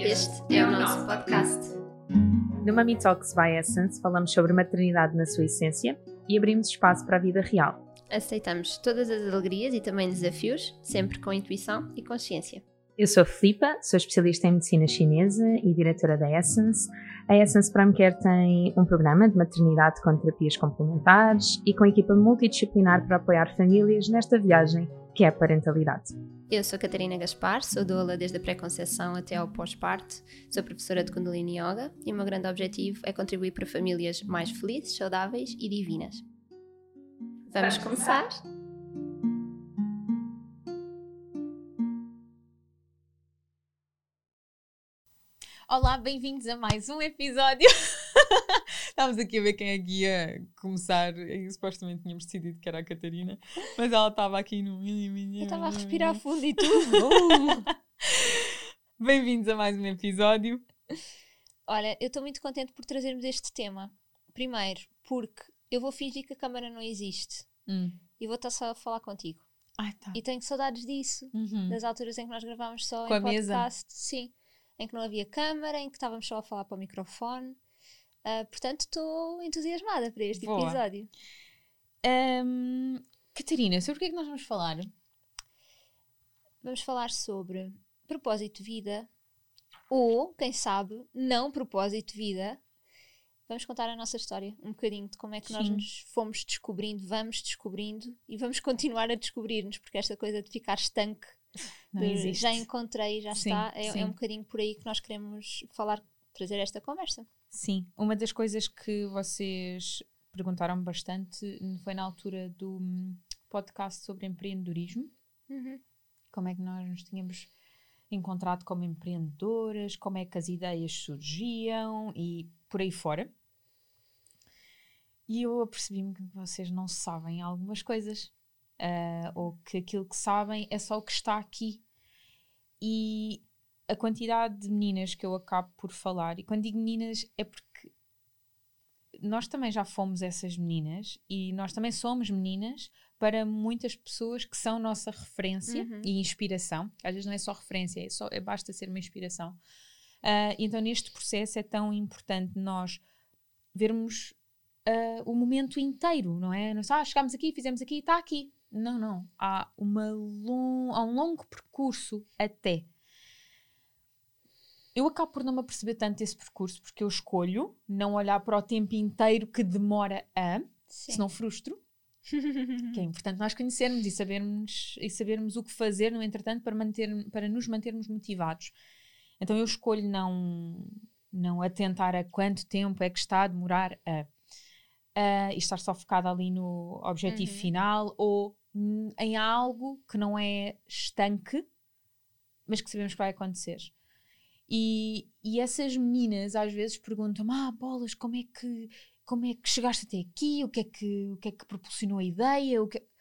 Este é o nosso podcast. No Mummy Talks by Essence falamos sobre maternidade na sua essência e abrimos espaço para a vida real. Aceitamos todas as alegrias e também desafios, sempre com intuição e consciência. Eu sou a Filipa, sou especialista em medicina chinesa e diretora da Essence. A Essence Prime Care tem um programa de maternidade com terapias complementares e com equipa multidisciplinar para apoiar famílias nesta viagem que é a parentalidade. Eu sou Catarina Gaspar, sou doula desde a pré-conceição até ao pós-parto, sou professora de Kundalini Yoga e o meu grande objetivo é contribuir para famílias mais felizes, saudáveis e divinas. Vamos começar? Olá, bem-vindos a mais um episódio. Estávamos aqui a ver quem é que ia começar e supostamente tínhamos decidido que era a Catarina, mas ela estava aqui no... Eu estava a respirar fundo e tudo. Bem-vindos a mais um episódio. Olha, eu estou muito contente por trazermos este tema. Primeiro, porque eu vou fingir que a câmara não existe e vou estar só a falar contigo. Ai, tá. E tenho saudades disso, das alturas em que nós gravámos só Com em a mesa? podcast. Sim, em que não havia câmara, em que estávamos só a falar para o microfone. Portanto, estou entusiasmada para este Boa. episódio. Catarina, sobre o que é que nós vamos falar? Vamos falar sobre propósito de vida ou, quem sabe, não propósito de vida. Vamos contar a nossa história, um bocadinho de como é que nós Sim. nos fomos descobrindo, vamos descobrindo e vamos continuar a descobrir-nos, porque esta coisa de ficar estanque, Não de existe. já encontrei, já Sim, está, é sim. um bocadinho por aí que nós queremos falar, trazer esta conversa. Sim, uma das coisas que vocês perguntaram bastante foi na altura do podcast sobre empreendedorismo. Como é que nós nos tínhamos encontrado como empreendedoras, como é que as ideias surgiam e por aí fora. E eu apercebi-me que vocês não sabem algumas coisas, ou que aquilo que sabem é só o que está aqui. E a quantidade de meninas que eu acabo por falar, e quando digo meninas é porque nós também já fomos essas meninas e nós também somos meninas para muitas pessoas que são nossa referência e inspiração. Às vezes não é só referência, basta ser uma inspiração. Então neste processo é tão importante nós vermos o momento inteiro, não é? Não é chegámos aqui, fizemos aqui e está aqui. Não. Há um longo percurso até. Eu acabo por não me aperceber tanto desse percurso porque eu escolho não olhar para o tempo inteiro que demora senão frustro. Que é importante nós conhecermos e sabermos o que fazer no entretanto para nos mantermos motivados. Então eu escolho não atentar a quanto tempo é que está a demorar e estar só focada ali no objetivo final ou em algo que não é estanque, mas que sabemos que vai acontecer. E essas meninas às vezes perguntam-me, bolas, como é que chegaste até aqui? O que é que proporcionou a ideia?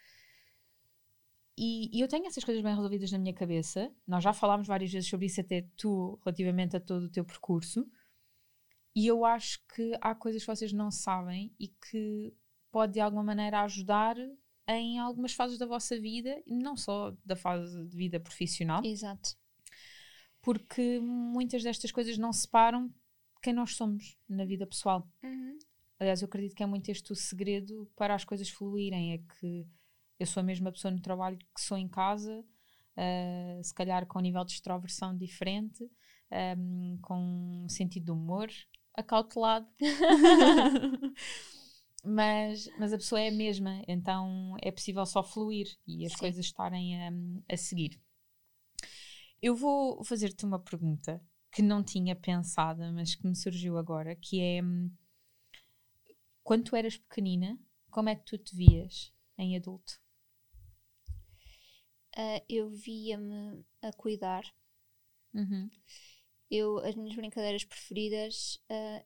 E eu tenho essas coisas bem resolvidas na minha cabeça. Nós já falámos várias vezes sobre isso, até tu, relativamente a todo o teu percurso. E eu acho que há coisas que vocês não sabem e que pode de alguma maneira ajudar em algumas fases da vossa vida, não só da fase de vida profissional. Exato. Porque muitas destas coisas não separam quem nós somos na vida pessoal. Aliás, eu acredito que é muito este o segredo para as coisas fluírem, é que eu sou a mesma pessoa no trabalho que sou em casa, se calhar com um nível de extroversão diferente, com um sentido de humor acautelado, mas a pessoa é a mesma, então é possível só fluir e as coisas estarem a seguir. Eu vou fazer-te uma pergunta que não tinha pensada, mas que me surgiu agora, que é, quando tu eras pequenina, como é que tu te vias em adulto? Eu via-me a cuidar. As minhas brincadeiras preferidas,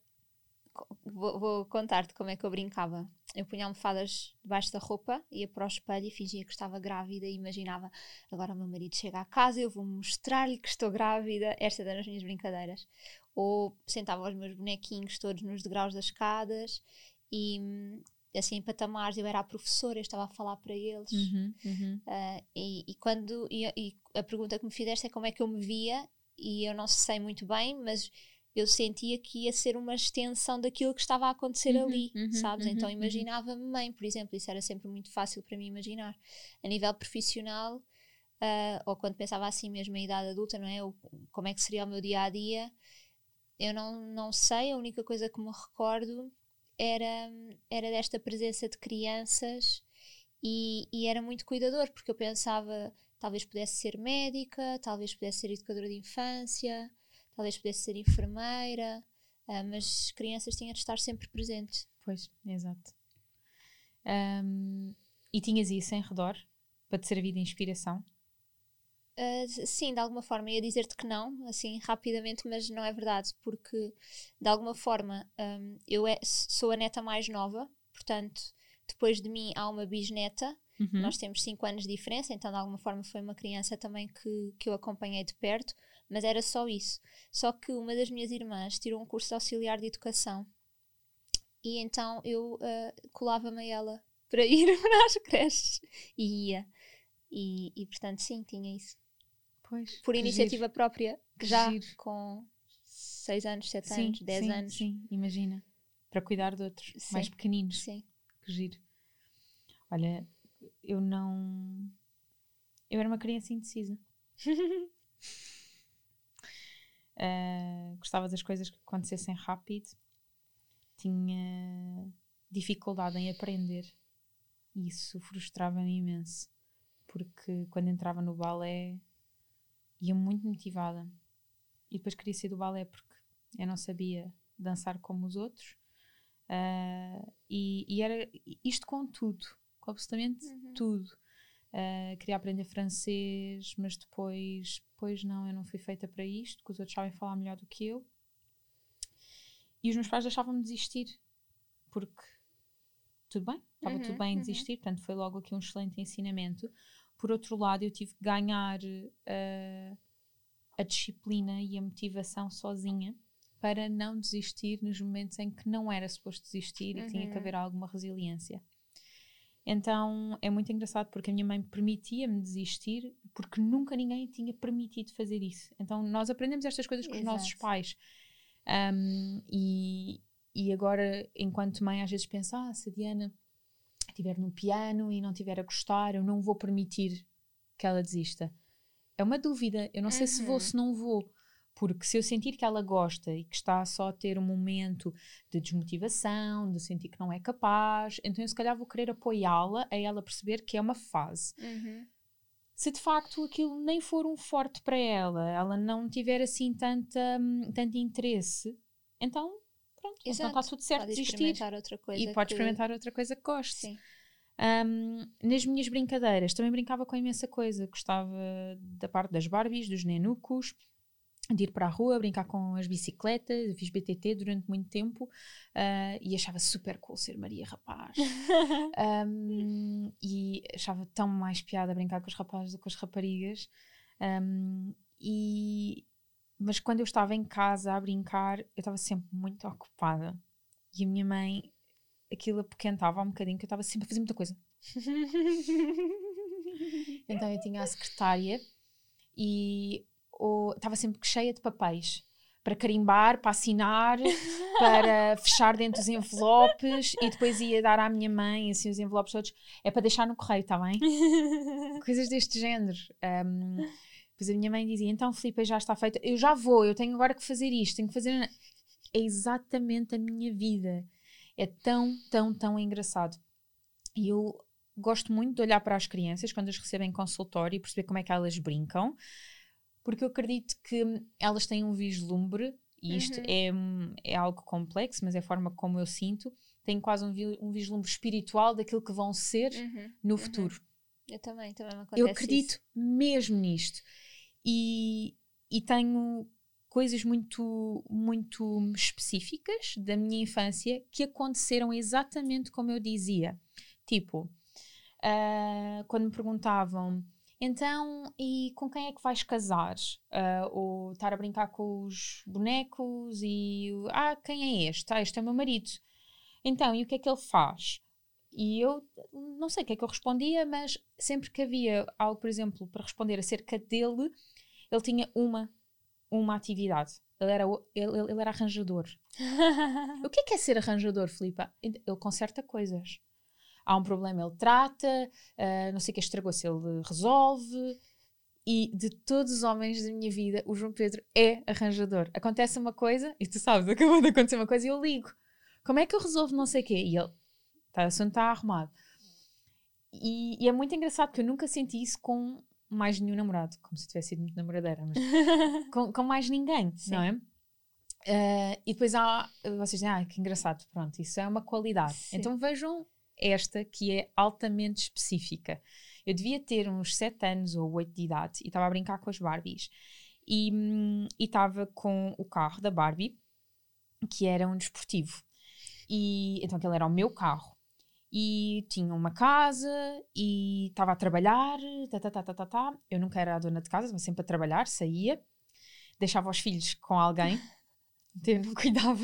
vou contar-te como é que eu brincava. Eu punha almofadas debaixo da roupa, ia para o espelho e fingia que estava grávida e imaginava, agora o meu marido chega à casa e eu vou mostrar-lhe que estou grávida. Estas eram as minhas brincadeiras. Ou sentava os meus bonequinhos todos nos degraus das escadas e assim em patamares eu era a professora, eu estava a falar para eles. E a pergunta que me fizeste é como é que eu me via. e eu não sei muito bem, mas eu sentia que ia ser uma extensão daquilo que estava a acontecer ali, sabes? Então imaginava-me mãe, por exemplo, isso era sempre muito fácil para mim imaginar. A nível profissional, ou quando pensava assim mesmo em idade adulta, não é? Como é que seria o meu dia-a-dia, eu não sei, a única coisa que me recordo era desta presença de crianças e era muito cuidador, porque eu pensava, talvez pudesse ser médica, talvez pudesse ser educadora de infância, talvez pudesse ser enfermeira, mas crianças tinham de estar sempre presentes. Pois, exato. E tinhas isso em redor para te servir de inspiração? Sim, de alguma forma. Ia dizer-te que não, assim, rapidamente, mas não é verdade, porque de alguma forma eu sou a neta mais nova, portanto, depois de mim há uma bisneta. Nós temos 5 anos de diferença, então de alguma forma foi uma criança também que eu acompanhei de perto, mas era só isso. Só que uma das minhas irmãs tirou um curso de auxiliar de educação e então eu colava-me a ela para ir para as creches e ia. E portanto sim, tinha isso. Pois, por iniciativa própria, que já giro. Com 6 anos, 7 anos, 10 anos. Sim, imagina. Para cuidar de outros mais pequeninos. Sim. Que giro. Olha, eu era uma criança indecisa. Gostava das coisas que acontecessem rápido. Tinha dificuldade em aprender. E isso frustrava-me imenso. Porque quando entrava no balé ia muito motivada. E depois queria sair do balé porque eu não sabia dançar como os outros. E era isto com tudo. Com absolutamente tudo. Queria aprender francês, mas depois não, eu não fui feita para isto, que os outros sabem falar melhor do que eu. E os meus pais deixavam-me desistir, porque tudo bem, estava tudo bem em desistir, portanto foi logo aqui um excelente ensinamento. Por outro lado, eu tive que ganhar a disciplina e a motivação sozinha para não desistir nos momentos em que não era suposto desistir e que tinha que haver alguma resiliência. Então é muito engraçado porque a minha mãe permitia-me desistir porque nunca ninguém tinha permitido fazer isso. Então nós aprendemos estas coisas com os nossos pais. E agora, enquanto mãe, às vezes penso, se a Diana estiver no piano e não estiver a gostar, eu não vou permitir que ela desista. É uma dúvida, eu não sei se vou, se não vou. Porque se eu sentir que ela gosta e que está só a ter um momento de desmotivação, de sentir que não é capaz, então eu se calhar vou querer apoiá-la a ela perceber que é uma fase. Se de facto aquilo nem for um forte para ela não tiver assim tanto interesse, então pronto, então está tudo certo, pode desistir. Experimentar outra coisa e pode experimentar outra coisa que goste. Sim. Nas minhas brincadeiras também brincava com imensa coisa. Gostava da parte das Barbies, dos nenucos, de ir para a rua, brincar com as bicicletas. Eu fiz BTT durante muito tempo e achava super cool ser Maria Rapaz. E achava tão mais piada brincar com os rapazes do que com as raparigas. Mas quando eu estava em casa a brincar, eu estava sempre muito ocupada. E a minha mãe, aquilo apoquentava um bocadinho, que eu estava sempre a fazer muita coisa. Então eu tinha a secretária e estava sempre cheia de papéis para carimbar, para assinar, para fechar dentro dos envelopes e depois ia dar à minha mãe assim, os envelopes todos, é para deixar no correio, está bem? Coisas deste género. Depois a minha mãe dizia, então Filipe, já está feito, eu já vou, eu tenho agora que fazer isto, tenho que fazer... É exatamente a minha vida. É tão, tão, tão engraçado. E eu gosto muito de olhar para as crianças quando as recebem em consultório e perceber como é que elas brincam, porque eu acredito que elas têm um vislumbre, e isto é algo complexo, mas é a forma como eu sinto, têm quase um vislumbre espiritual daquilo que vão ser no futuro. Eu também me acontece eu acredito isso. mesmo nisto. E tenho coisas muito, muito específicas da minha infância que aconteceram exatamente como eu dizia. Tipo, quando me perguntavam, então, e com quem é que vais casar? Ou estar a brincar com os bonecos e... quem é este? Este é o meu marido. Então, e o que é que ele faz? E eu não sei o que é que eu respondia, mas sempre que havia algo, por exemplo, para responder acerca dele, ele tinha uma uma atividade. Ele era arranjador. O que é ser arranjador, Filipa? Ele conserta coisas. Há um problema, ele trata, não sei o que estragou-se, ele resolve. E de todos os homens da minha vida, o João Pedro é arranjador. Acontece uma coisa, e tu sabes, acabou de acontecer uma coisa, e eu ligo. Como é que eu resolvo não sei o quê? E ele, o assunto está arrumado. E é muito engraçado, porque eu nunca senti isso com mais nenhum namorado. Como se tivesse sido muito namoradeira, mas com mais ninguém, Sim. não é? E depois vocês dizem, que engraçado, pronto, isso é uma qualidade. Sim. Então vejam esta que é altamente específica. Eu devia ter uns 7 anos ou 8 de idade e estava a brincar com as Barbies. E estava com o carro da Barbie, que era um desportivo. E então aquele era o meu carro. E tinha uma casa e estava a trabalhar. Eu nunca era a dona de casa, estava sempre a trabalhar, saía. Deixava os filhos com alguém. Eu não cuidava.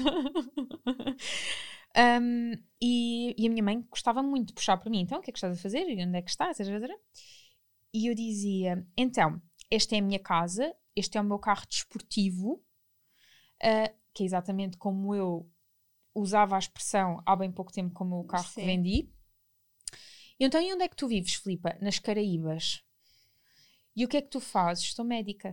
E a minha mãe gostava muito de puxar por mim. Então, o que é que estás a fazer? E onde é que estás? E eu dizia, então, esta é a minha casa, este é o meu carro desportivo, que é exatamente como eu usava a expressão há bem pouco tempo como o carro Sim. que vendi. E então, e onde é que tu vives, Filipa? Nas Caraíbas. E o que é que tu fazes? Estou médica.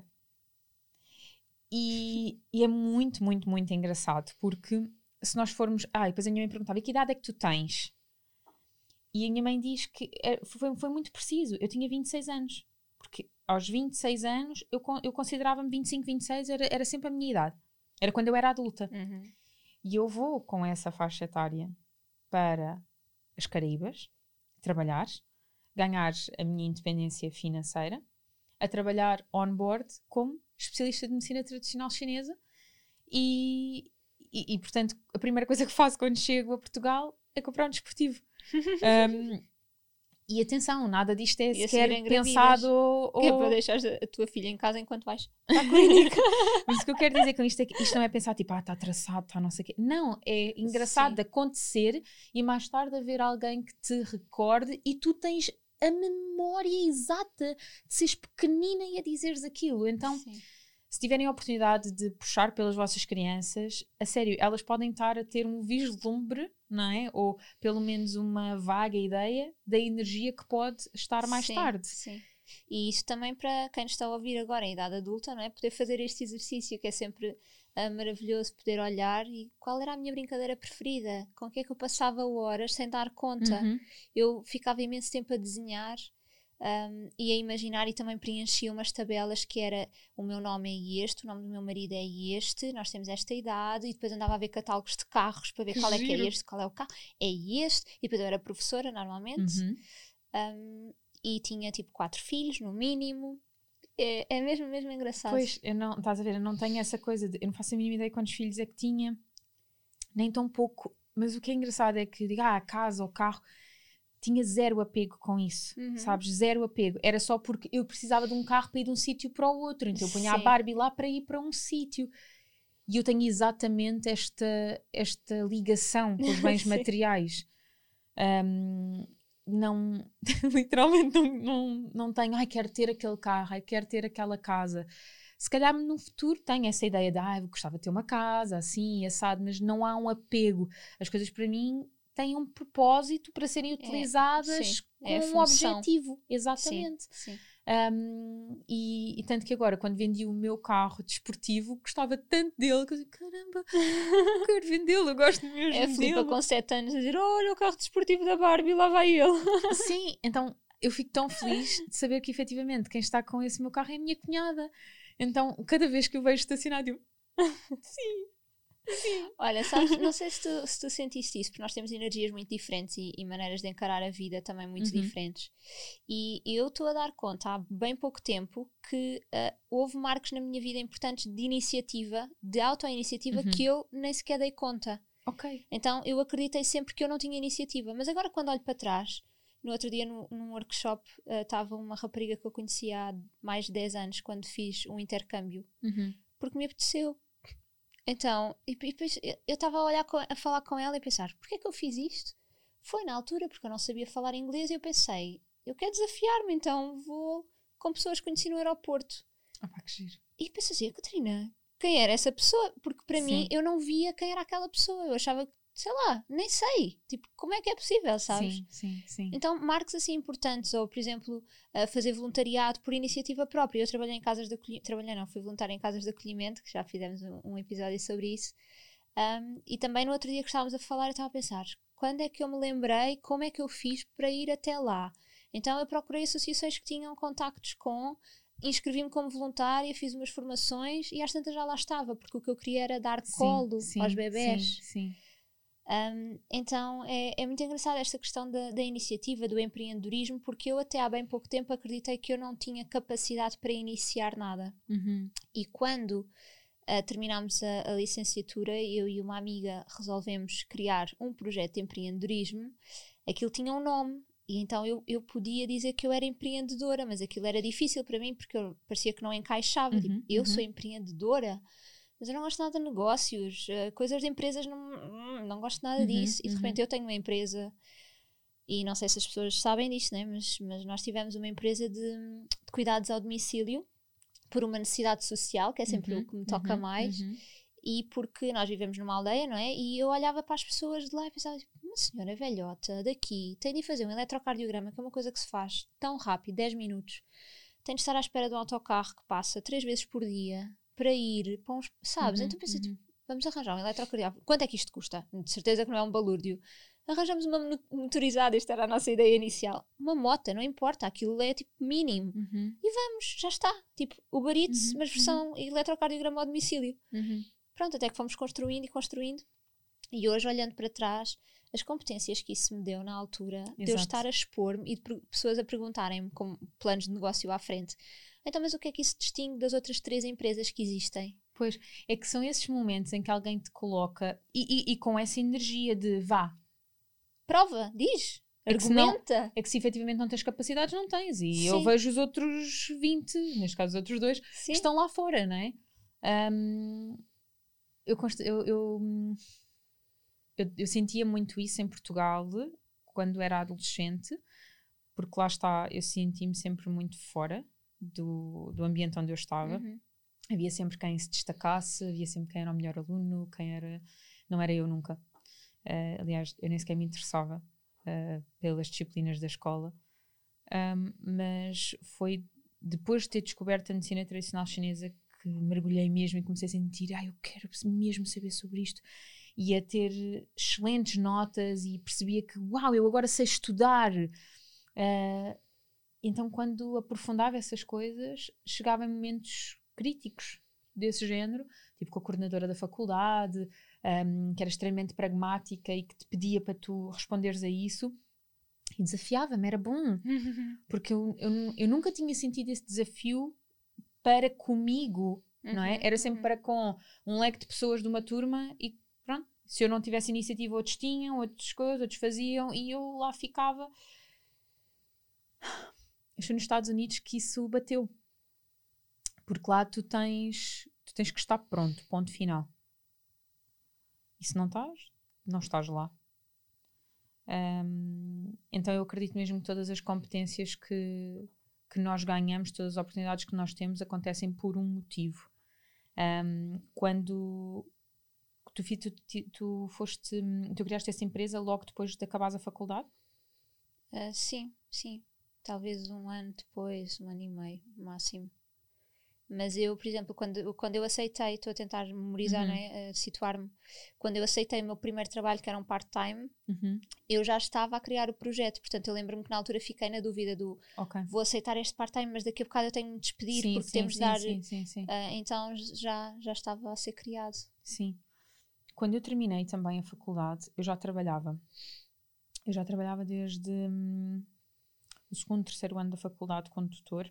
E é muito, muito, muito engraçado, porque se nós formos... e depois a minha mãe perguntava, e que idade é que tu tens? E a minha mãe diz que foi muito preciso. Eu tinha 26 anos. Porque aos 26 anos, eu considerava-me 25, 26, era sempre a minha idade. Era quando eu era adulta. Uhum. E eu vou com essa faixa etária para as Caraíbas, trabalhar, ganhar a minha independência financeira, a trabalhar on-board como especialista de medicina tradicional chinesa e, portanto, a primeira coisa que faço quando chego a Portugal é comprar um desportivo. E atenção, nada disto é sequer pensado que é para deixar a tua filha em casa enquanto vais para a clínica. Mas o que eu quero dizer com isto é que isto não é pensar tipo, está traçado, está não sei o quê. Não, é engraçado Sim. de acontecer e mais tarde haver alguém que te recorde e tu tens a memória exata de seres pequenina e a dizeres aquilo. Então, Sim. se tiverem a oportunidade de puxar pelas vossas crianças, a sério, elas podem estar a ter um vislumbre, não é? Ou pelo menos uma vaga ideia da energia que pode estar mais tarde. Sim. E isso também para quem está a ouvir agora em idade adulta, não é? Poder fazer este exercício que é sempre maravilhoso, poder olhar e qual era a minha brincadeira preferida, com que é que eu passava horas sem dar conta. Uhum. Eu ficava imenso tempo a desenhar e a imaginar e também preenchia umas tabelas que era o meu nome é este, o nome do meu marido é este, nós temos esta idade e depois andava a ver catálogos de carros para ver qual é que é este, qual é o carro, é este, e depois eu era professora normalmente e tinha tipo 4 filhos no mínimo. É mesmo engraçado. Pois, estás a ver, eu não tenho essa coisa, eu não faço a mínima ideia quantos filhos é que tinha, nem tão pouco, mas o que é engraçado é que digo, a casa ou carro, tinha zero apego com isso, sabes, zero apego, era só porque eu precisava de um carro para ir de um sítio para o outro, então eu punha a Barbie lá para ir para um sítio, e eu tenho exatamente esta ligação com os bens materiais. Não, literalmente não tenho, quero ter aquele carro, quero ter aquela casa. Se calhar no futuro tenho essa ideia de, eu gostava de ter uma casa, assim, assado, mas não há um apego. As coisas para mim têm um propósito para serem utilizadas com um objetivo. Exatamente. Sim. E tanto que agora, quando vendi o meu carro desportivo, gostava tanto dele que eu disse, caramba, quero vendê-lo, eu gosto mesmo dele. É a Filipa com 7 anos a dizer, olha o carro desportivo da Barbie, lá vai ele. Sim, então eu fico tão feliz de saber que efetivamente quem está com esse meu carro é a minha cunhada. Então, cada vez que eu vejo estacionado, eu, sim. Olha, sabes, não sei se tu sentiste isso, porque nós temos energias muito diferentes e maneiras de encarar a vida também muito diferentes. E eu estou a dar conta há bem pouco tempo que houve marcos na minha vida importantes de iniciativa, de auto-iniciativa, que eu nem sequer dei conta. Ok. Então eu acreditei sempre que eu não tinha iniciativa, mas agora quando olho para trás, no outro dia num workshop estava uma rapariga que eu conhecia há mais de 10 anos quando fiz um intercâmbio, porque me apeteceu. Então, e depois eu estava a falar com ela e a pensar, porquê é que eu fiz isto? Foi na altura, porque eu não sabia falar inglês e eu pensei, eu quero desafiar-me, então vou com pessoas que conheci no aeroporto. Que giro. E pensei assim, Catarina, quem era essa pessoa? Porque para mim, eu não via quem era aquela pessoa. Eu achava que, sei lá, nem sei. Tipo, como é que é possível, sabes? Sim. Então, marcos assim importantes, ou por exemplo, fazer voluntariado por iniciativa própria. Eu trabalhei em casas de acolhimento, fui voluntária em casas de acolhimento, que já fizemos um episódio sobre isso. E também no outro dia que estávamos a falar, eu estava a pensar, quando é que eu me lembrei, como é que eu fiz para ir até lá? Então eu procurei associações que tinham contactos com, inscrevi-me como voluntária, fiz umas formações e às tantas já lá estava, porque o que eu queria era dar colo aos bebés. Sim. Então é muito engraçado esta questão da iniciativa, do empreendedorismo, porque eu até há bem pouco tempo acreditei que eu não tinha capacidade para iniciar nada. E quando terminámos a licenciatura, eu e uma amiga resolvemos criar um projeto de empreendedorismo. Aquilo tinha um nome, e então eu podia dizer que eu era empreendedora, mas aquilo era difícil para mim, porque parecia que não encaixava. Eu sou empreendedora, mas eu não gosto nada de negócios, coisas de empresas, não gosto nada disso. E de repente eu tenho uma empresa, e não sei se as pessoas sabem disto, né? mas nós tivemos uma empresa de cuidados ao domicílio, por uma necessidade social, que é sempre o que me toca mais, e porque nós vivemos numa aldeia, não é? E eu olhava para as pessoas de lá e pensava, uma senhora velhota daqui tem de fazer um eletrocardiograma, que é uma coisa que se faz tão rápido, 10 minutos, tem de estar à espera de um autocarro que passa 3 vezes por dia para ir para uns, sabes? Então pensei, tipo, vamos arranjar um eletrocardiograma. Quanto é que isto custa? De certeza que não é um balúrdio. Arranjamos uma motorizada, esta era a nossa ideia inicial. Uma moto, não importa, aquilo é tipo mínimo. E vamos, já está. Tipo, Uber Eats, mas versão eletrocardiograma ao domicílio. Pronto, até que fomos construindo. E hoje, olhando para trás, as competências que isso me deu na altura, de eu estar a expor-me e de pessoas a perguntarem-me com planos de negócio à frente. Então, mas o que é que isso distingue das outras 3 empresas que existem? Pois, é que são esses momentos em que alguém te coloca e com essa energia de vá. Prova, diz, argumenta. É que se efetivamente não tens capacidades, não tens. E eu vejo os outros 20, neste caso os outros 2, que estão lá fora, não é? Eu sentia muito isso em Portugal quando era adolescente, porque lá está, eu senti-me sempre muito fora do ambiente onde eu estava. Havia sempre quem se destacasse, havia sempre quem era o melhor aluno, não era eu nunca. Aliás, eu nem sequer me interessava pelas disciplinas da escola, mas foi depois de ter descoberto a medicina tradicional chinesa que mergulhei mesmo e comecei a sentir, eu quero mesmo saber sobre isto, e a ter excelentes notas e percebia que, eu agora sei estudar. Então, quando aprofundava essas coisas, chegava em momentos críticos desse género, tipo com a coordenadora da faculdade, que era extremamente pragmática e que te pedia para tu responderes a isso, e desafiava-me, era bom, porque eu nunca tinha sentido esse desafio para comigo, não é? Era sempre para com um leque de pessoas de uma turma e pronto, se eu não tivesse iniciativa, outros tinham, outras coisas, outros faziam, e eu lá ficava. Eu fui nos Estados Unidos que isso bateu, porque lá tu tens que estar pronto, ponto final. E se não estás lá. Então eu acredito mesmo que todas as competências que nós ganhamos, todas as oportunidades que nós temos acontecem por um motivo. Quando tu criaste essa empresa logo depois de acabares a faculdade? Sim. Talvez um ano depois, 1 ano e meio, máximo. Mas eu, por exemplo, quando eu aceitei, estou a tentar memorizar, né, situar-me, quando eu aceitei o meu primeiro trabalho, que era um part-time, eu já estava a criar o projeto, portanto eu lembro-me que na altura fiquei na dúvida do vou aceitar este part-time, mas daqui a bocado eu tenho de me despedir, porque temos de dar... então já estava a ser criado. Sim. Quando eu terminei também a faculdade, eu já trabalhava desde o 2º, 3º ano da faculdade como tutor.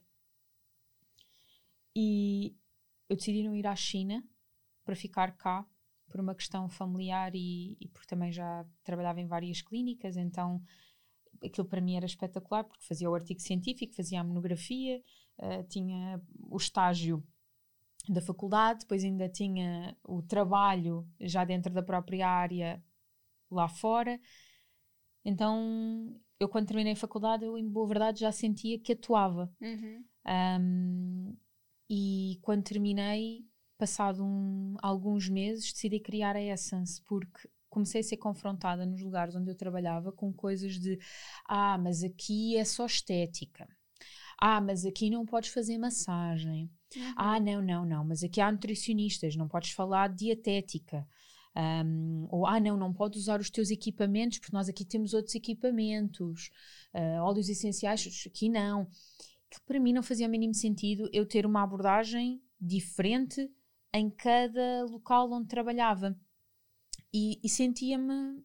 E eu decidi não ir à China para ficar cá por uma questão familiar e porque também já trabalhava em várias clínicas, então aquilo para mim era espetacular, porque fazia o artigo científico, fazia a monografia, tinha o estágio da faculdade, depois ainda tinha o trabalho já dentro da própria área lá fora. Então eu quando terminei a faculdade, eu em boa verdade já sentia que atuava. E quando terminei, passado alguns meses, decidi criar a Essence, porque comecei a ser confrontada nos lugares onde eu trabalhava com coisas de mas aqui é só estética. Mas aqui não podes fazer massagem. Não, mas aqui há nutricionistas, não podes falar de dietética. Não podes usar os teus equipamentos, porque nós aqui temos outros equipamentos. Óleos essenciais, aqui não. Que para mim não fazia o mínimo sentido eu ter uma abordagem diferente em cada local onde trabalhava. E sentia-me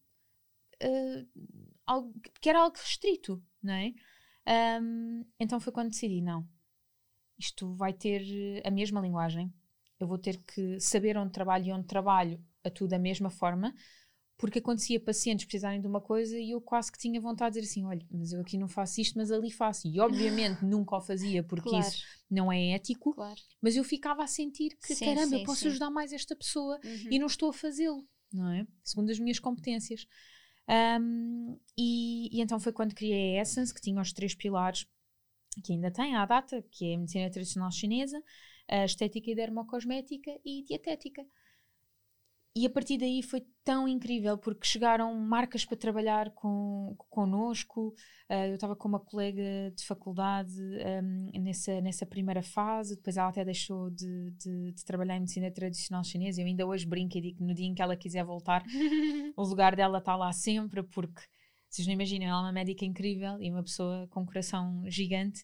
que era algo restrito, não é? Então foi quando decidi, não, isto vai ter a mesma linguagem, eu vou ter que saber onde trabalho e onde trabalho atuo da mesma forma, porque acontecia pacientes precisarem de uma coisa e eu quase que tinha vontade de dizer assim, olha, mas eu aqui não faço isto, mas ali faço, e obviamente nunca o fazia porque isso não é ético, mas eu ficava a sentir que caramba, eu posso ajudar mais esta pessoa e não estou a fazê-lo, não é? Segundo as minhas competências. E então foi quando criei a Essence, que tinha os 3 pilares que ainda tem à data, que é a medicina tradicional chinesa, a estética e dermocosmética e dietética. E a partir daí foi tão incrível, porque chegaram marcas para trabalhar connosco. Eu estava com uma colega de faculdade nessa primeira fase, depois ela até deixou de trabalhar em medicina tradicional chinesa. Eu ainda hoje brinco e digo que no dia em que ela quiser voltar, o lugar dela está lá sempre, porque vocês não imaginam, ela é uma médica incrível e uma pessoa com um coração gigante.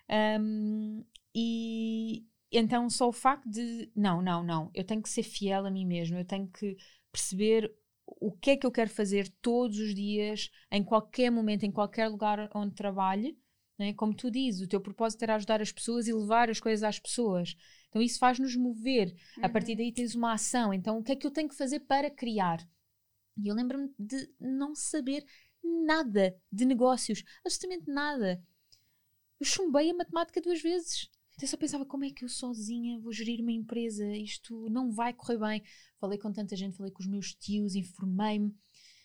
E então só o facto de não, eu tenho que ser fiel a mim mesma, eu tenho que perceber o que é que eu quero fazer todos os dias, em qualquer momento, em qualquer lugar onde trabalhe, né? Como tu dizes, o teu propósito era ajudar as pessoas e levar as coisas às pessoas, então isso faz-nos mover, a partir daí tens uma ação, então o que é que eu tenho que fazer para criar? E eu lembro-me de não saber nada de negócios, absolutamente nada. Eu chumbei a matemática 2 vezes. Eu só pensava, como é que eu sozinha vou gerir uma empresa? Isto não vai correr bem. Falei com tanta gente, falei com os meus tios, informei-me.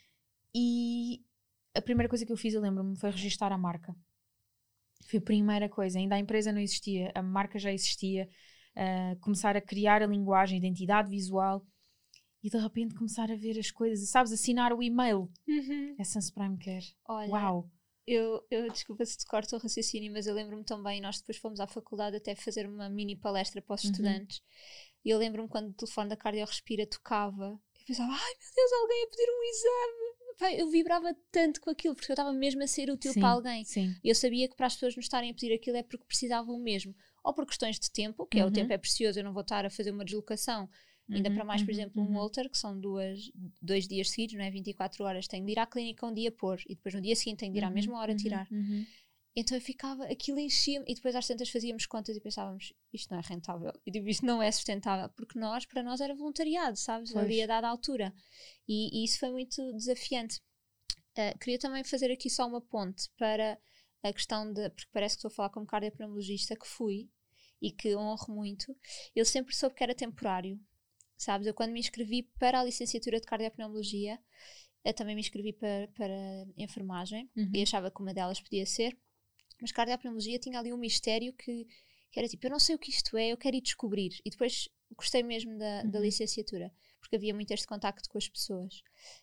E a primeira coisa que eu fiz, eu lembro-me, foi registar a marca. Foi a primeira coisa. Ainda a empresa não existia, a marca já existia. Começar a criar a linguagem, a identidade visual. E de repente começar a ver as coisas. Sabes, assinar o e-mail. Essence Prime Care. Olha, uau! Eu desculpa se te corto o raciocínio, mas eu lembro-me também, nós depois fomos à faculdade até fazer uma mini palestra para os estudantes, e eu lembro-me quando o telefone da Cardiorrespira tocava, eu pensava, ai meu Deus, alguém a pedir um exame. Pai, eu vibrava tanto com aquilo, porque eu estava mesmo a ser útil para alguém. E eu sabia que para as pessoas nos estarem a pedir aquilo é porque precisavam mesmo, ou por questões de tempo, que o tempo é precioso, eu não vou estar a fazer uma deslocação. Ainda para mais, por exemplo, um Holter, que são 2 dias seguidos, não é? 24 horas, tenho de ir à clínica um dia pôr e depois no dia seguinte tenho de ir à mesma hora tirar. Então eu ficava, aquilo enchia-me e depois às tantas fazíamos contas e pensávamos, isto não é rentável, e digo, isto não é sustentável, porque para nós era voluntariado, sabes? Ali a dada altura. E isso foi muito desafiante. Queria também fazer aqui só uma ponte para a questão de, porque parece que estou a falar como cardiopneumologista que fui e que honro muito, eu sempre soube que era temporário. Sabes, eu quando me inscrevi para a licenciatura de cardiopneumologia, eu também me inscrevi para enfermagem e achava que uma delas podia ser, mas cardiopneumologia tinha ali um mistério que era tipo, eu não sei o que isto é, eu quero ir descobrir. E depois gostei mesmo da licenciatura, porque havia muito este contacto com as pessoas.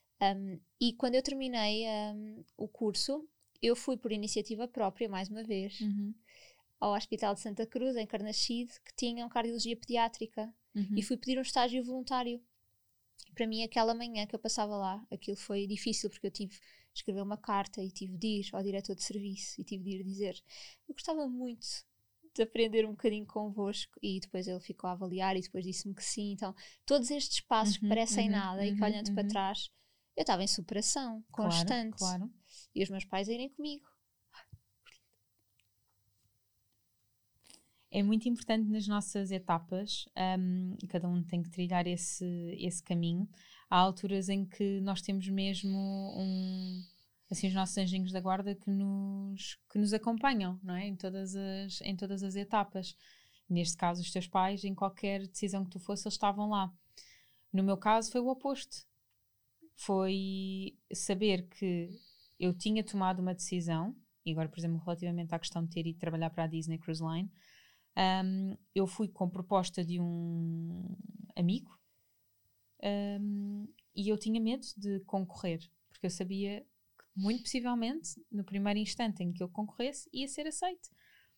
E quando eu terminei o curso, eu fui por iniciativa própria, mais uma vez, ao Hospital de Santa Cruz, em Carnaxide, que tinham cardiologia pediátrica. E fui pedir um estágio voluntário. Para mim, aquela manhã que eu passava lá, aquilo foi difícil, porque eu tive de escrever uma carta e tive de ir ao diretor de serviço e tive de ir dizer, eu gostava muito de aprender um bocadinho convosco, e depois ele ficou a avaliar e depois disse-me que sim. Então, todos estes passos que parecem nada e que olhando para trás, eu estava em superação constante. Claro. E os meus pais a irem comigo. É muito importante nas nossas etapas, cada um tem que trilhar esse caminho. Há alturas em que nós temos mesmo assim, os nossos anjinhos da guarda que nos acompanham, não é? Em todas as etapas. Neste caso, os teus pais, em qualquer decisão que tu fosse, eles estavam lá. No meu caso, foi o oposto. Foi saber que eu tinha tomado uma decisão, e agora, por exemplo, relativamente à questão de ter ido trabalhar para a Disney Cruise Line, eu fui com proposta de um amigo e eu tinha medo de concorrer, porque eu sabia que muito possivelmente no primeiro instante em que eu concorresse ia ser aceite.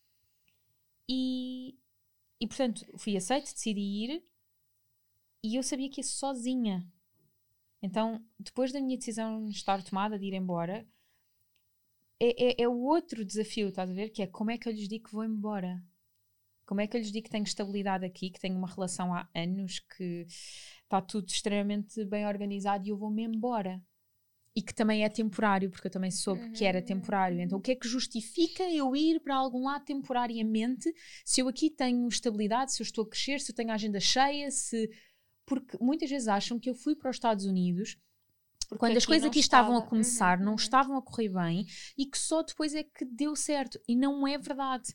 E portanto fui aceite, decidi ir e eu sabia que ia sozinha. Então depois da minha decisão estar tomada de ir embora, é o outro desafio, estás a ver? Que é como é que eu lhes digo que vou embora? Como é que eu lhes digo que tenho estabilidade aqui, que tenho uma relação há anos, que está tudo extremamente bem organizado e eu vou-me embora? E que também é temporário, porque eu também soube que era temporário. Então o que é que justifica eu ir para algum lado temporariamente se eu aqui tenho estabilidade, se eu estou a crescer, se eu tenho a agenda cheia, Porque muitas vezes acham que eu fui para os Estados Unidos porque quando as coisas aqui estavam a começar, não estavam a correr bem e que só depois é que deu certo. E não é verdade.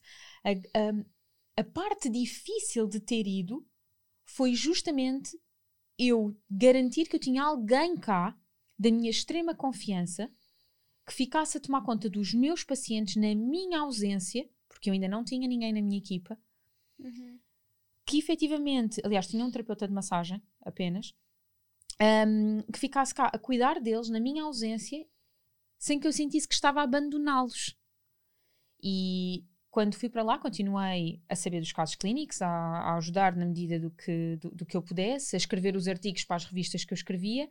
A parte difícil de ter ido foi justamente eu garantir que eu tinha alguém cá, da minha extrema confiança, que ficasse a tomar conta dos meus pacientes na minha ausência, porque eu ainda não tinha ninguém na minha equipa, que efetivamente, aliás, tinha um terapeuta de massagem apenas, que ficasse cá a cuidar deles na minha ausência, sem que eu sentisse que estava a abandoná-los. E quando fui para lá, continuei a saber dos casos clínicos, a ajudar na medida do que eu pudesse, a escrever os artigos para as revistas que eu escrevia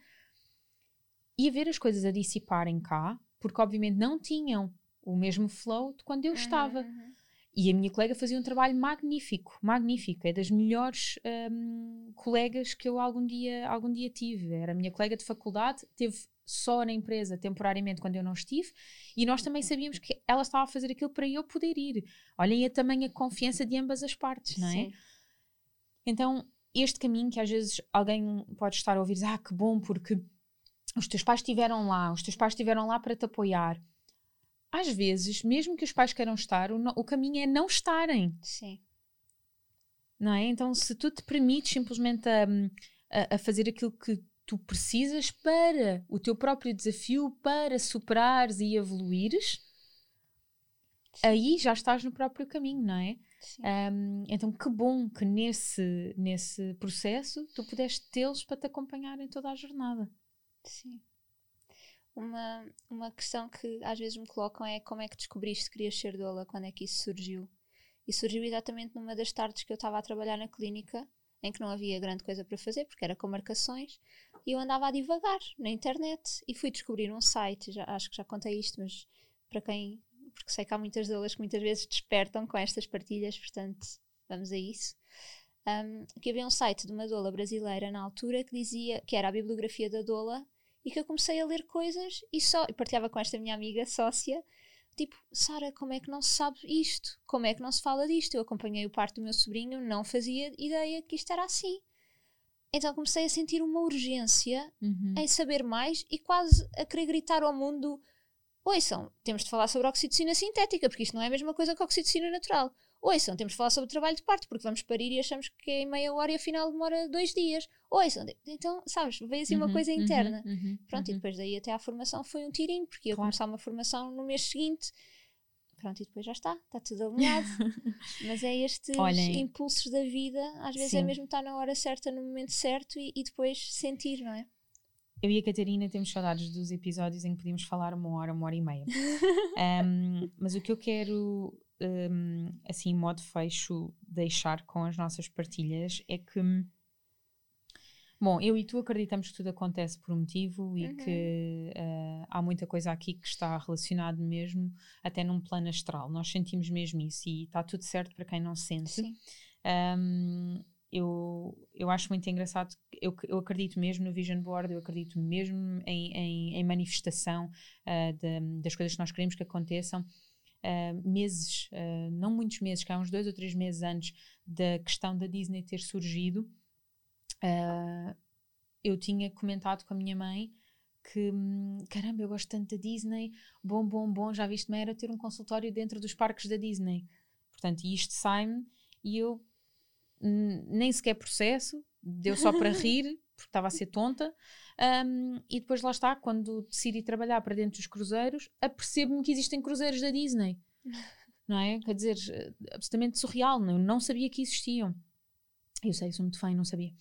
e a ver as coisas a dissiparem cá, porque obviamente não tinham o mesmo flow de quando eu estava. E a minha colega fazia um trabalho magnífico, magnífico. É das melhores colegas que eu algum dia tive. Era a minha colega de faculdade, teve só na empresa temporariamente quando eu não estive, e nós também sabíamos que ela estava a fazer aquilo para eu poder ir. Olhem também a confiança de ambas as partes, não é? Sim. Então, este caminho que às vezes alguém pode estar a ouvir, que bom, porque os teus pais estiveram lá para te apoiar. Às vezes, mesmo que os pais queiram estar, o caminho é não estarem. Sim. Não é? Então, se tu te permites simplesmente a fazer aquilo que tu precisas para o teu próprio desafio, para superares e evoluires, aí já estás no próprio caminho, não é? Então, que bom que nesse processo tu pudeste tê-los para te acompanhar em toda a jornada. Sim. Uma questão que às vezes me colocam é como é que descobriste que querias ser doula, quando é que isso surgiu? E surgiu exatamente numa das tardes que eu estava a trabalhar na clínica, em que não havia grande coisa para fazer, porque era com marcações, e eu andava a divagar na internet e fui descobrir um site, acho que já contei isto, mas porque sei que há muitas doulas que muitas vezes despertam com estas partilhas, portanto vamos a isso. Que havia um site de uma doula brasileira na altura que dizia que era a bibliografia da doula, e que eu comecei a ler coisas e partilhava com esta minha amiga sócia, tipo, Sara, como é que não se sabe isto? Como é que não se fala disto? Eu acompanhei o parto do meu sobrinho, não fazia ideia que isto era assim. Então comecei a sentir uma urgência em saber mais e quase a querer gritar ao mundo: ouçam, temos de falar sobre oxitocina sintética, porque isto não é a mesma coisa que oxitocina natural. Ouçam, temos de falar sobre o trabalho de parto, porque vamos parir e achamos que é em meia hora e afinal demora 2 dias. Ouçam, então, sabes, veio assim uma coisa interna. Pronto, e depois daí até à formação foi um tirinho, porque ia começar uma formação no mês seguinte. Pronto, e depois já está tudo alinhado. Mas é estes impulsos da vida, às vezes é mesmo estar na hora certa, no momento certo e depois sentir, não é? Eu e a Catarina temos saudades dos episódios em que podíamos falar 1 hora, 1 hora e meia. Mas o que eu quero, assim, em modo fecho, deixar com as nossas partilhas é que, bom, eu e tu acreditamos que tudo acontece por um motivo e que há muita coisa aqui que está relacionado mesmo até num plano astral. Nós sentimos mesmo isso e está tudo certo para quem não sente. Sim. Eu acho muito engraçado, eu acredito mesmo no Vision Board, eu acredito mesmo em manifestação das coisas que nós queremos que aconteçam. Meses, não muitos meses, que há uns 2 ou 3 meses antes da questão da Disney ter surgido, eu tinha comentado com a minha mãe que, caramba, eu gosto tanto da Disney, bom, já viste-me era ter um consultório dentro dos parques da Disney. Portanto, isto sai-me e eu nem sequer processo, deu só para rir, porque estava a ser tonta, e depois lá está, quando decidi trabalhar para dentro dos cruzeiros, apercebo-me que existem cruzeiros da Disney. não é? Quer dizer, absolutamente surreal, não sabia que existiam. Eu sei, sou muito fã e não sabia.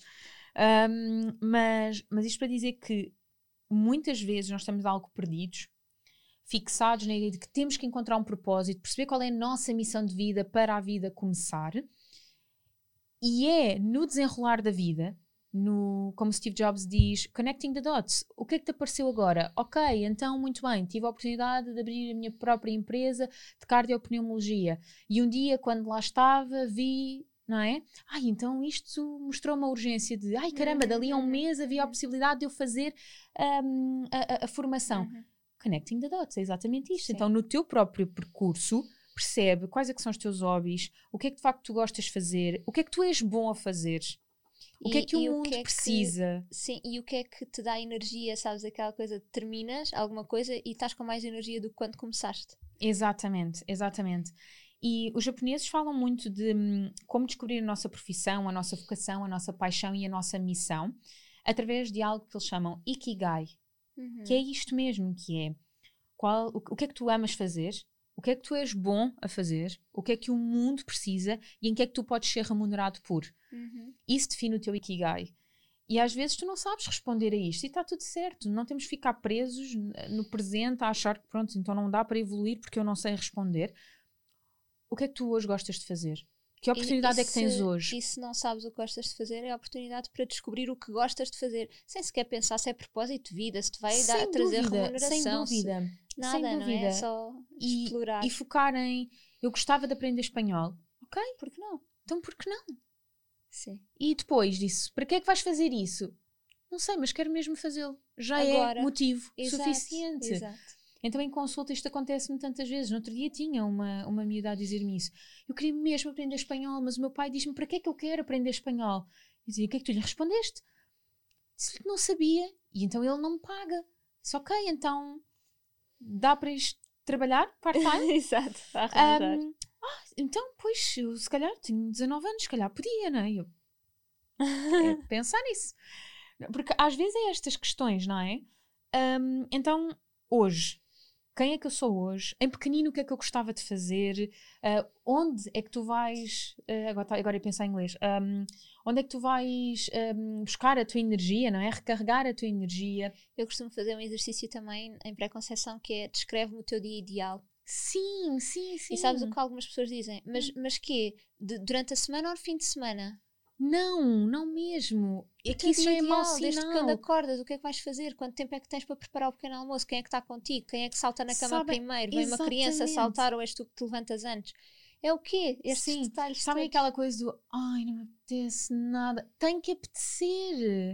Mas isto para dizer que muitas vezes nós estamos algo perdidos, fixados na ideia de que temos que encontrar um propósito, perceber qual é a nossa missão de vida para a vida começar, e é no desenrolar da vida, como Steve Jobs diz, connecting the dots. O que é que te apareceu agora? Ok, então muito bem, tive a oportunidade de abrir a minha própria empresa de cardiopneumologia, e um dia quando lá estava vi, não é? Então isto mostrou uma urgência de, caramba, dali a um mês havia a possibilidade de eu fazer a formação. Connecting the dots, é exatamente isto. Sim. Então no teu próprio percurso, percebe quais é que são os teus hobbies, o que é que de facto tu gostas de fazer, o que é que tu és bom a fazer. O que é que o mundo precisa? Sim, e o que é que te dá energia, sabes? Aquela coisa de terminas alguma coisa e estás com mais energia do que quando começaste. Exatamente. E os japoneses falam muito de como descobrir a nossa profissão, a nossa vocação, a nossa paixão e a nossa missão através de algo que eles chamam Ikigai, que é isto mesmo, que é o que é que tu amas fazer, o que é que tu és bom a fazer, o que é que o mundo precisa e em que é que tu podes ser remunerado por. Isso define o teu Ikigai. E às vezes tu não sabes responder a isto e está tudo certo. Não temos que ficar presos no presente a achar que pronto, então não dá para evoluir porque eu não sei responder. O que é que tu hoje gostas de fazer? Que oportunidade é que tens hoje? E se não sabes o que gostas de fazer, é a oportunidade para descobrir o que gostas de fazer, sem sequer pensar se é propósito de vida, se te vai trazer remuneração. Sem dúvida. Nada, sem dúvida. Não é? É só explorar. E focar em, eu gostava de aprender espanhol. Ok, por que não? Então por que não? Sim. E depois disso, para que é que vais fazer isso? Não sei, mas quero mesmo fazê-lo. Já agora, é motivo suficiente. Exato. Então em consulta isto acontece-me tantas vezes. No outro dia tinha uma miúda a dizer-me isso. Eu queria mesmo aprender espanhol, mas o meu pai diz-me para que é que eu quero aprender espanhol? Eu dizia, o que é que tu lhe respondeste? Disse-lhe que não sabia. E então ele não me paga. Disse, ok, então dá para isto trabalhar part-time? Exato. Então, pois, eu se calhar tenho 19 anos, se calhar podia, não é? Eu pensar nisso. Porque às vezes é estas questões, não é? Então, hoje, quem é que eu sou hoje? Em pequenino, o que é que eu gostava de fazer? Onde é que tu vais... agora eu pensar em inglês. Onde é que tu vais buscar a tua energia, não é? Recarregar a tua energia. Eu costumo fazer um exercício também em pré-conceição que é descreve-me o teu dia ideal. Sim. E sabes o que algumas pessoas dizem? Mas quê? Durante a semana ou no fim de semana? Não mesmo. É que isso é mau sinal. Desde quando acordas, o que é que vais fazer? Quanto tempo é que tens para preparar o pequeno almoço? Quem é que está contigo? Quem é que salta na cama primeiro? Vem uma criança saltar ou és tu que te levantas antes? É o quê? Estes detalhes. Sabem aquela coisa do não me apetece nada. Tem que apetecer.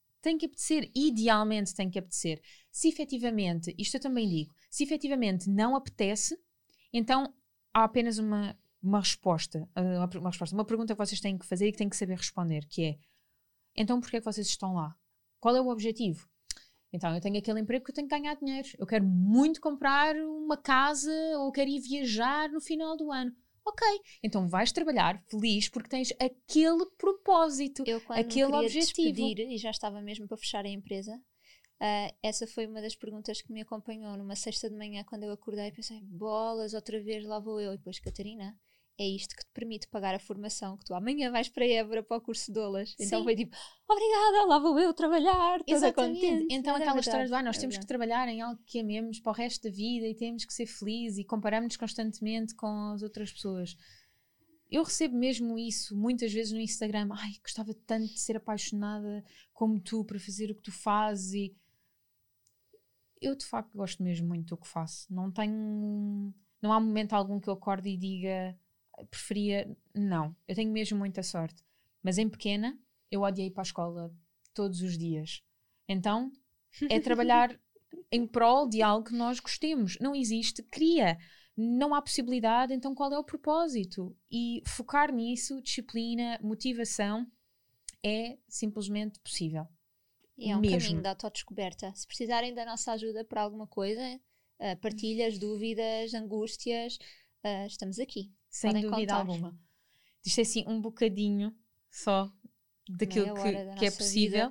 Idealmente tem que apetecer. Se efetivamente, isto eu também digo, se efetivamente não apetece, então há apenas uma resposta, uma pergunta que vocês têm que fazer e que têm que saber responder, que é, então porquê é que vocês estão lá? Qual é o objetivo? Então eu tenho aquele emprego que eu tenho que ganhar dinheiro, eu quero muito comprar uma casa ou quero ir viajar no final do ano. Ok, então vais trabalhar feliz porque tens aquele propósito, aquele objetivo. Despedir, e já estava mesmo para fechar a empresa, essa foi uma das perguntas que me acompanhou numa sexta de manhã quando eu acordei e pensei, bolas, outra vez lá vou eu. E depois, Catarina, é isto que te permite pagar a formação, que tu amanhã vais para Évora para o curso de Olas. Então foi tipo, obrigada, lá vou eu trabalhar, toda contente. Então aquela história de nós temos que trabalhar em algo que amemos para o resto da vida e temos que ser felizes e comparamos-nos constantemente com as outras pessoas. Eu recebo mesmo isso muitas vezes no Instagram. Gostava tanto de ser apaixonada como tu para fazer o que tu fazes. E eu de facto gosto mesmo muito do que faço. Não há momento algum que eu acorde e diga preferia, não, eu tenho mesmo muita sorte, mas em pequena eu odiei ir para a escola todos os dias, então é trabalhar em prol de algo que nós gostemos. Não existe, não há possibilidade, então qual é o propósito? E focar nisso, disciplina, motivação, é simplesmente possível. E é um caminho de autodescoberta. Se precisarem da nossa ajuda para alguma coisa, partilhas, dúvidas, angústias, estamos aqui. Sem dúvida alguma. Isto é assim um bocadinho só daquilo que é possível.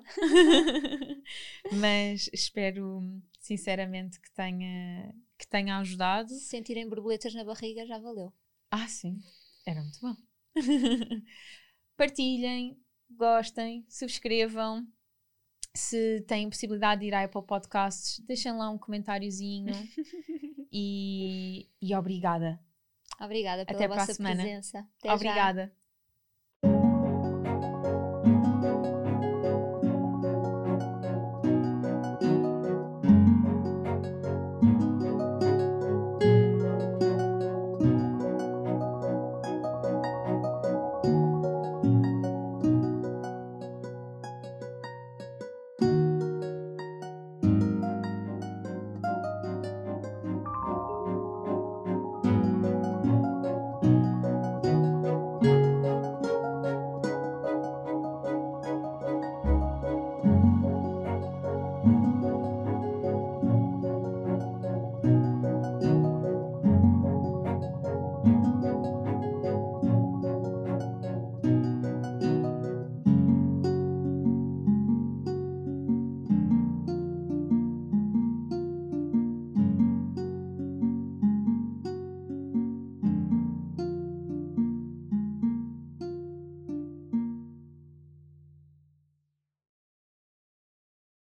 Mas espero sinceramente que tenha ajudado. Se sentirem borboletas na barriga já valeu. Sim. Era muito bom. Partilhem, gostem, subscrevam. Se têm possibilidade de ir à Apple Podcasts, deixem lá um comentáriozinho. e obrigada. Obrigada pela Até para a vossa semana. presença. Até Obrigada. Já.